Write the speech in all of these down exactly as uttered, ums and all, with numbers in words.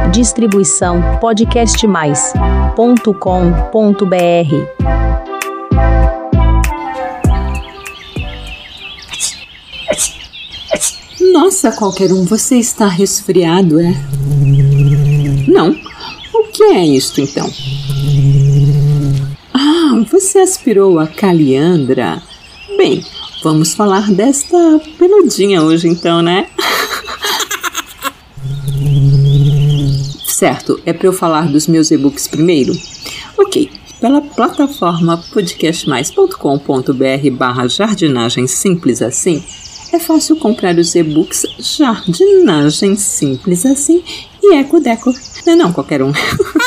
Distribuição podcast mais ponto com ponto br. Nossa, qualquer um, você está resfriado, é? Não? O que é isto, então? Ah, você aspirou a caliandra? Bem, vamos falar desta peludinha hoje, então, né? Certo, é para eu falar dos meus e-books primeiro? Ok, pela plataforma podcast mais ponto com ponto br barra jardinagem simples assim, é fácil comprar os e-books Jardinagem Simples Assim e Ecodeco. Não é não, qualquer um.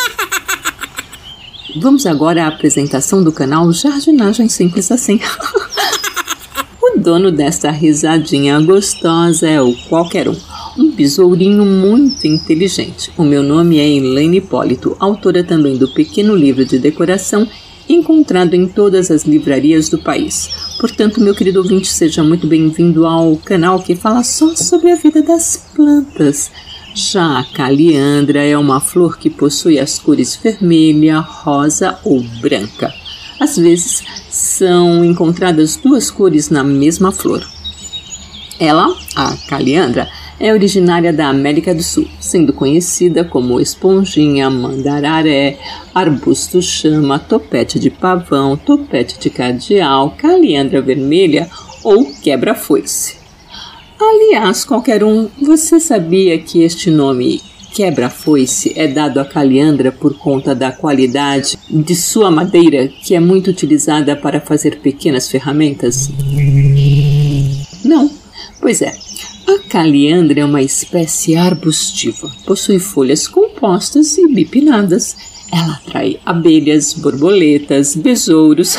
Vamos agora à apresentação do canal Jardinagem Simples Assim. O dono desta risadinha gostosa é o qualquer um, um besourinho muito inteligente. O meu nome é Elaine Hipólito, autora também do pequeno livro de decoração encontrado em todas as livrarias do país. Portanto, meu querido ouvinte, seja muito bem-vindo ao canal que fala só sobre a vida das plantas. Já a caliandra é uma flor que possui as cores vermelha, rosa ou branca. Às vezes, são encontradas duas cores na mesma flor. Ela, a caliandra, é originária da América do Sul, sendo conhecida como esponjinha, mandararé, arbusto chama, topete de pavão, topete de cardeal, caliandra vermelha ou quebra-foice. Aliás, qualquer um, você sabia que este nome quebra-foice é dado à caliandra por conta da qualidade de sua madeira, que é muito utilizada para fazer pequenas ferramentas? Não, pois é. A caliandra é uma espécie arbustiva, possui folhas compostas e bipinnadas. Ela atrai abelhas, borboletas, besouros,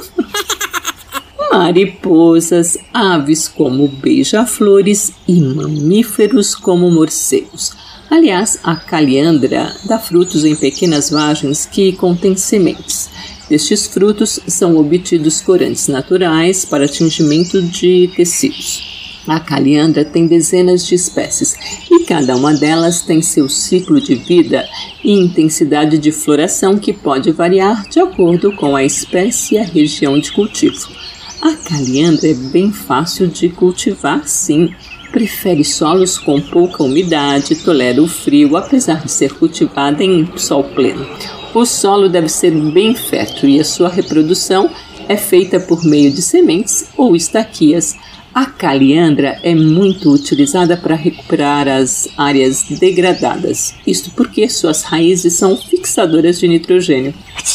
mariposas, aves como beija-flores e mamíferos como morcegos. Aliás, a caliandra dá frutos em pequenas vagens que contêm sementes. Destes frutos são obtidos corantes naturais para tingimento de tecidos. A caliandra tem dezenas de espécies e cada uma delas tem seu ciclo de vida e intensidade de floração que pode variar de acordo com a espécie e a região de cultivo. A caliandra é bem fácil de cultivar, sim. Prefere solos com pouca umidade, tolera o frio, apesar de ser cultivada em sol pleno. O solo deve ser bem fértil e a sua reprodução é feita por meio de sementes ou estaquias. A caliandra é muito utilizada para recuperar as áreas degradadas, isto porque suas raízes são fixadoras de nitrogênio.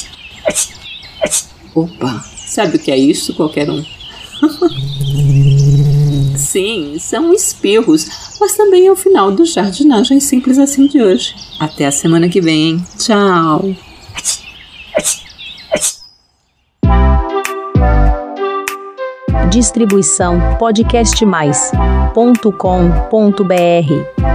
Opa, sabe o que é isso, qualquer um? Sim, são espirros, mas também é o final do Jardinagem Simples Assim de hoje. Até a semana que vem, hein? Tchau! Distribuição podcast mais ponto com ponto br.